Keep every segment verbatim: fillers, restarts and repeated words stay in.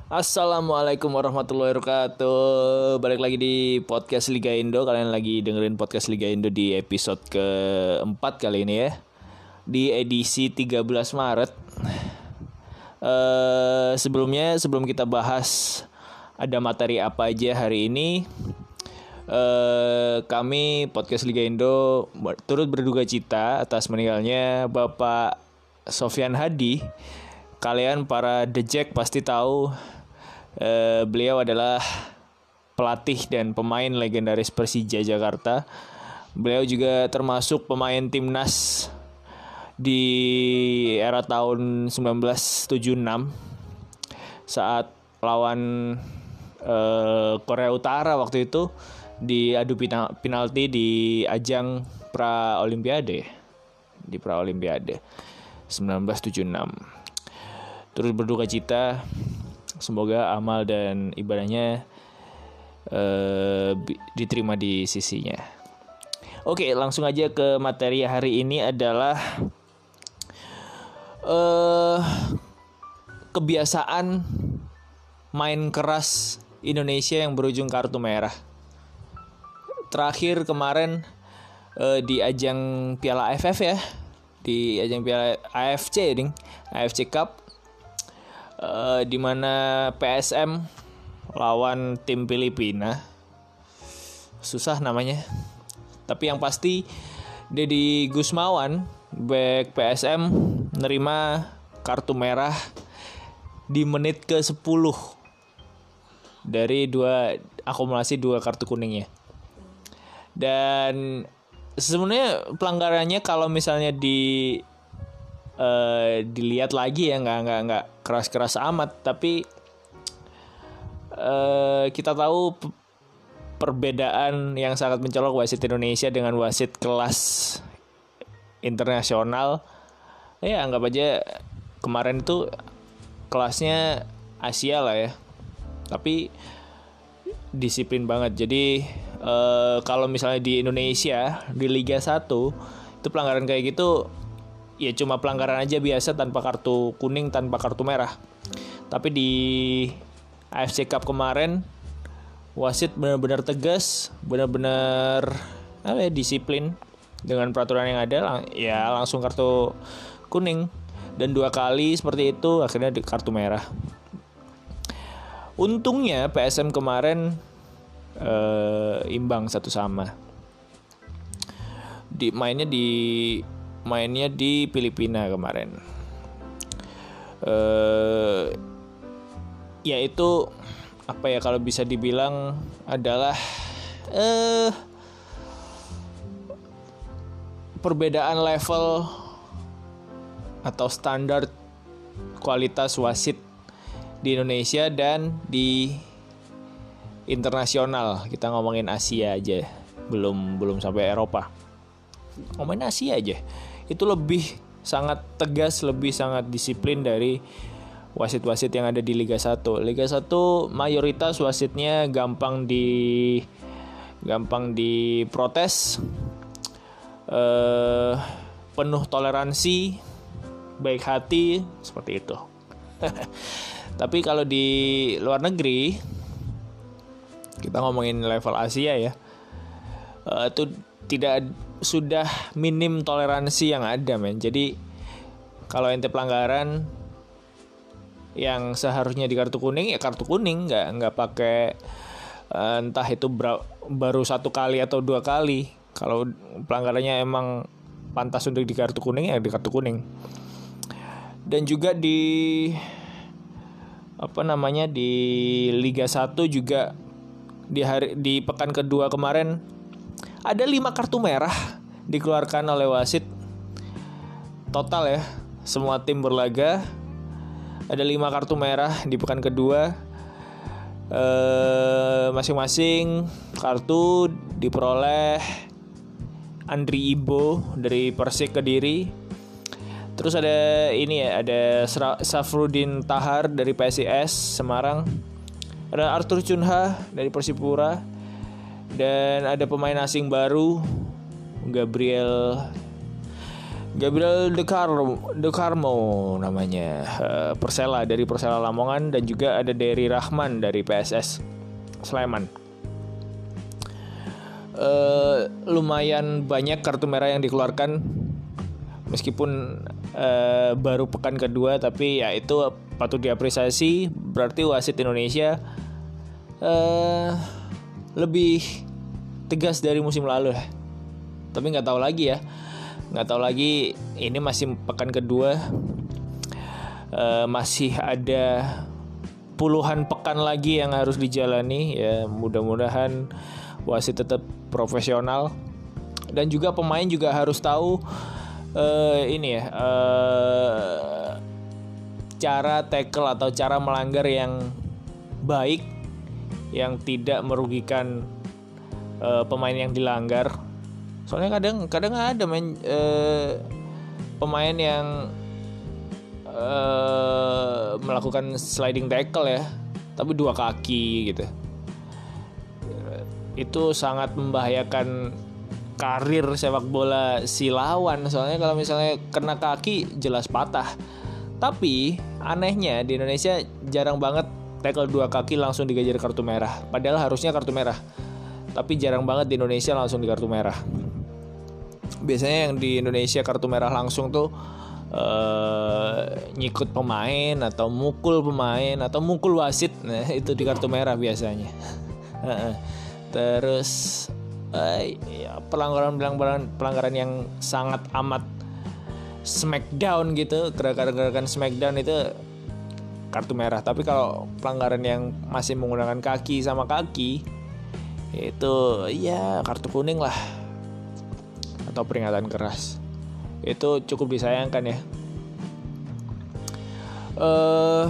Assalamualaikum warahmatullahi wabarakatuh. Balik lagi di podcast Liga Indo. Kalian lagi dengerin podcast Liga Indo di episode keempat kali ini ya. Di edisi tiga belas Maret. uh, Sebelumnya, sebelum kita bahas ada materi apa aja hari ini, uh, kami podcast Liga Indo turut berduka cita atas meninggalnya Bapak Sofyan Hadi. Kalian para The Jack pasti tahu, Uh, beliau adalah pelatih dan pemain legendaris Persija Jakarta. Beliau juga termasuk pemain timnas di era tahun seribu sembilan ratus tujuh puluh enam saat lawan uh, Korea Utara waktu itu di adu penalti di ajang pra Olimpiade di pra Olimpiade seribu sembilan ratus tujuh puluh enam. Terus berduka cita. Semoga amal dan ibadahnya uh, diterima di sisinya. Oke, langsung aja ke materi hari ini adalah uh, kebiasaan main keras Indonesia yang berujung kartu merah. Terakhir kemarin uh, di ajang Piala A F F ya, di ajang Piala A F C ding, A F C Cup. Uh, di mana P S M lawan tim Filipina, susah namanya, tapi yang pasti Deddy Gusmawan bek P S M nerima kartu merah di menit ke sepuluh dari dua akumulasi dua kartu kuningnya. Dan sebenarnya pelanggarannya kalau misalnya di Uh, dilihat lagi ya nggak nggak nggak keras-keras amat, tapi uh, kita tahu p- perbedaan yang sangat mencolok wasit Indonesia dengan wasit kelas internasional. Ya anggap aja kemarin itu kelasnya Asia lah ya, tapi disiplin banget. Jadi uh, kalau misalnya di Indonesia di Liga satu itu pelanggaran kayak gitu ya cuma pelanggaran aja biasa tanpa kartu kuning, tanpa kartu merah. Tapi di A F C Cup kemarin wasit benar-benar tegas, benar-benar apa ya, disiplin dengan peraturan yang ada, lang- ya langsung kartu kuning. Dan dua kali seperti itu akhirnya di kartu merah. Untungnya P S M kemarin uh, imbang satu sama. Di mainnya di mainnya di Filipina kemarin. Uh, yaitu apa ya, kalau bisa dibilang adalah uh, perbedaan level atau standar kualitas wasit di Indonesia dan di internasional. Kita ngomongin Asia aja, belum belum sampai Eropa. Ngomongin Asia aja, itu lebih sangat tegas, lebih sangat disiplin dari wasit-wasit yang ada di Liga satu. Liga satu mayoritas wasitnya gampang di gampang diprotes, eh, penuh toleransi, baik hati, seperti itu. Tapi kalau di luar negeri, kita ngomongin level Asia ya, eh, itu tidak sudah minim toleransi yang ada, men. Jadi kalau ente pelanggaran yang seharusnya di kartu kuning ya kartu kuning, nggak nggak pakai uh, entah itu bra- baru satu kali atau dua kali. Kalau pelanggarannya emang pantas untuk di kartu kuning ya di kartu kuning. Dan juga di apa namanya di Liga satu juga di hari di pekan kedua kemarin ada lima kartu merah dikeluarkan oleh wasit. Total ya, semua tim berlaga ada lima kartu merah di pekan kedua. E, masing-masing kartu diperoleh Andri Ibo dari Persik Kediri. Terus ada ini ya, ada Safrudin Tahar dari P S I S Semarang. Ada Arthur Cunha dari Persipura. Dan ada pemain asing baru Gabriel Gabriel De Carmo, De Carmo namanya, uh, Persela dari Persela Lamongan, dan juga ada Dery Rahman dari P S S Sleman. Uh, lumayan banyak kartu merah yang dikeluarkan meskipun uh, baru pekan kedua, tapi ya itu patut diapresiasi. Berarti wasit Indonesia uh, lebih tegas dari musim lalu ya. Tapi nggak tahu lagi ya. Nggak tahu lagi, ini masih pekan kedua, uh, masih ada puluhan pekan lagi yang harus dijalani ya. Mudah-mudahan wasit tetap profesional, dan juga pemain juga harus tahu uh, ini ya uh, cara tackle atau cara melanggar yang baik, yang tidak merugikan uh, pemain yang dilanggar. Soalnya kadang kadang ada main uh, pemain yang uh, melakukan sliding tackle ya, tapi dua kaki gitu. Itu sangat membahayakan karir sepak bola si lawan. Soalnya kalau misalnya kena kaki jelas patah. Tapi anehnya di Indonesia jarang banget tackle dua kaki langsung digajar kartu merah. Padahal harusnya kartu merah. Tapi jarang banget di Indonesia langsung di kartu merah. Biasanya yang di Indonesia kartu merah langsung tuh uh, nyikut pemain atau mukul pemain atau mukul wasit. Nah, itu di kartu merah biasanya. Terus uh, ya, pelanggaran-pelanggaran pelanggaran yang sangat amat smackdown gitu, gerakan-gerakan smackdown itu kartu merah. Tapi kalau pelanggaran yang masih menggunakan kaki sama kaki, itu ya kartu kuning lah, atau peringatan keras. Itu cukup disayangkan ya. Uh,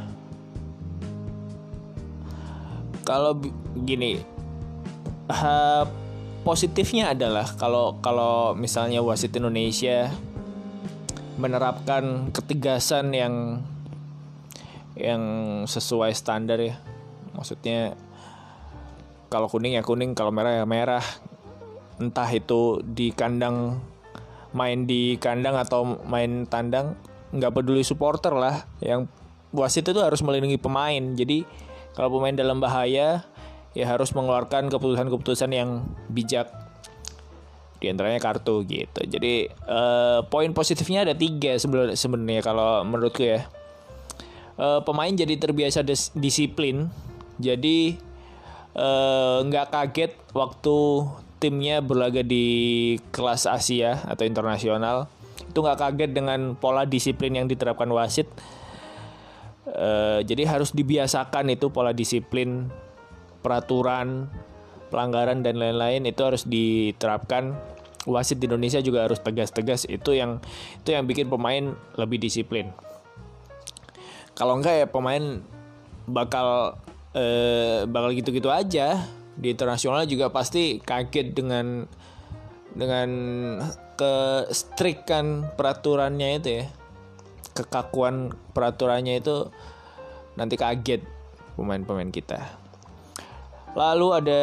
kalau gini, uh, positifnya adalah kalau kalau misalnya wasit Indonesia menerapkan ketegasan yang yang sesuai standar ya. Maksudnya kalau kuning ya kuning, kalau merah ya merah. Entah itu di kandang, main di kandang atau main tandang, nggak peduli supporter lah. Yang wasit itu harus melindungi pemain. Jadi kalau pemain dalam bahaya, ya harus mengeluarkan keputusan-keputusan yang bijak. Di antaranya kartu gitu. Jadi eh, poin positifnya ada tiga sebenarnya kalau menurutku ya. Eh, pemain jadi terbiasa dis- disiplin. Jadi eh, nggak kaget waktu timnya berlaga di kelas Asia atau internasional. Itu nggak kaget dengan pola disiplin yang diterapkan wasit. Uh, jadi harus dibiasakan itu pola disiplin, peraturan, pelanggaran dan lain-lain itu harus diterapkan. Wasit di Indonesia juga harus tegas-tegas. Itu yang itu yang bikin pemain lebih disiplin. Kalau enggak ya pemain bakal uh, bakal gitu-gitu aja. Di internasional juga pasti kaget dengan dengan ke-strict-kan peraturannya itu ya. Kekakuan peraturannya itu nanti kaget pemain-pemain kita. Lalu ada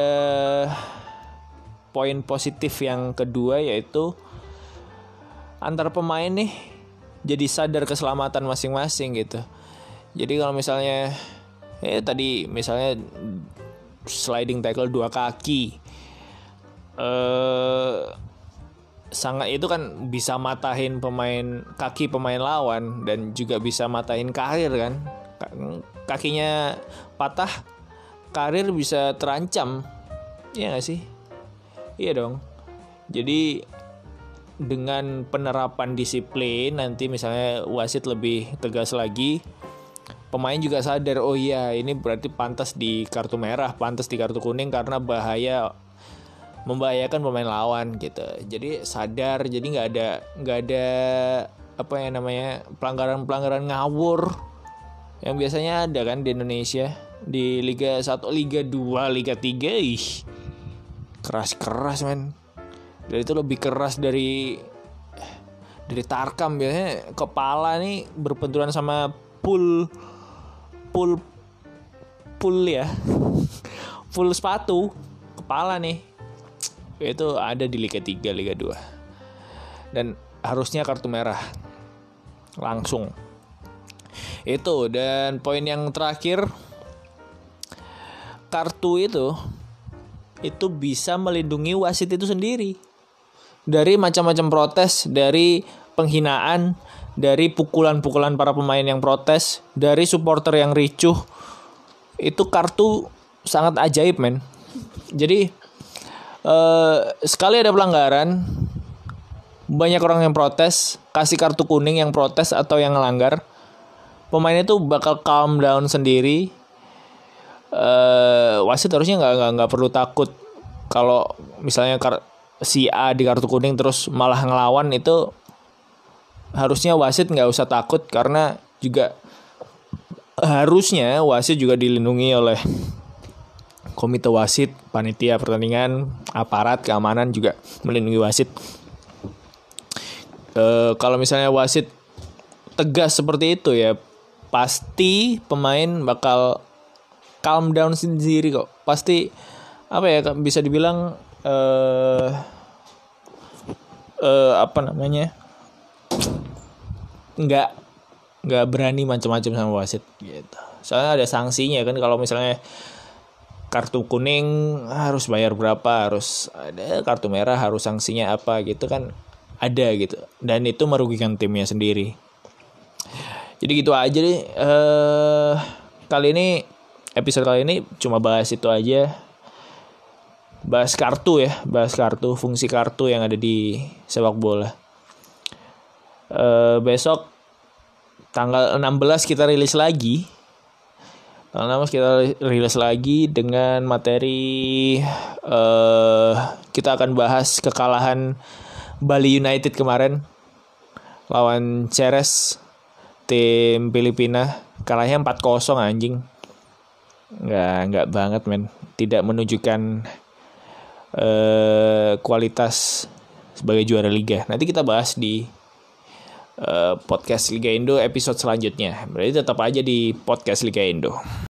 poin positif yang kedua, yaitu antar pemain nih jadi sadar keselamatan masing-masing gitu. Jadi kalau misalnya eh tadi misalnya sliding tackle dua kaki, eh sangat itu kan bisa matahin pemain kaki pemain lawan dan juga bisa matahin karir kan. Kakinya patah, karir bisa terancam. Iya gak sih? Iya dong. Jadi dengan penerapan disiplin nanti misalnya wasit lebih tegas lagi, pemain juga sadar, oh iya ini berarti pantas di kartu merah, pantas di kartu kuning karena bahaya, membahayakan pemain lawan gitu. Jadi sadar, jadi nggak ada nggak ada apa ya namanya pelanggaran-pelanggaran ngawur yang biasanya ada kan di Indonesia di Liga satu, Liga dua, Liga tiga, ih keras-keras men. Dan itu lebih keras dari dari tarkam. Biasanya kepala nih berbenturan sama pul pul pul ya pul sepatu kepala nih, itu ada di Liga tiga, Liga dua. Dan harusnya kartu merah langsung. Itu. Dan poin yang terakhir, kartu itu itu bisa melindungi wasit itu sendiri dari macam-macam protes, dari penghinaan, dari pukulan-pukulan para pemain yang protes, dari supporter yang ricuh. Itu kartu sangat ajaib, men. Jadi eh, sekali ada pelanggaran, banyak orang yang protes, kasih kartu kuning yang protes atau yang ngelanggar, pemain itu bakal calm down sendiri. Uh, wasit harusnya nggak nggak nggak perlu takut kalau misalnya kar- si A di kartu kuning terus malah ngelawan. Itu harusnya wasit nggak usah takut, karena juga harusnya wasit juga dilindungi oleh komite wasit, panitia pertandingan, aparat keamanan juga melindungi wasit. Uh, kalau misalnya wasit tegas seperti itu ya, pasti pemain bakal calm down sendiri kok. Pasti apa ya, bisa dibilang eh uh, uh, apa namanya, nggak nggak berani macam-macam sama wasit gitu. Soalnya ada sanksinya kan, kalau misalnya kartu kuning harus bayar berapa, harus ada kartu merah harus sanksinya apa gitu kan, ada gitu. Dan itu merugikan timnya sendiri. Jadi gitu aja deh. Uh, kali ini Episode kali ini cuma bahas itu aja. Bahas kartu ya, bahas kartu, fungsi kartu yang ada di sepak bola. E, besok tanggal enam belas kita rilis lagi. Tanggal enam belas kita rilis lagi dengan materi e, kita akan bahas kekalahan Bali United kemarin lawan Ceres, tim Filipina. Kalahnya empat kosong anjing. Nggak, nggak banget men. Tidak menunjukkan uh, kualitas sebagai juara liga. Nanti kita bahas di uh, podcast Liga Indo episode selanjutnya. Berarti tetap aja di podcast Liga Indo.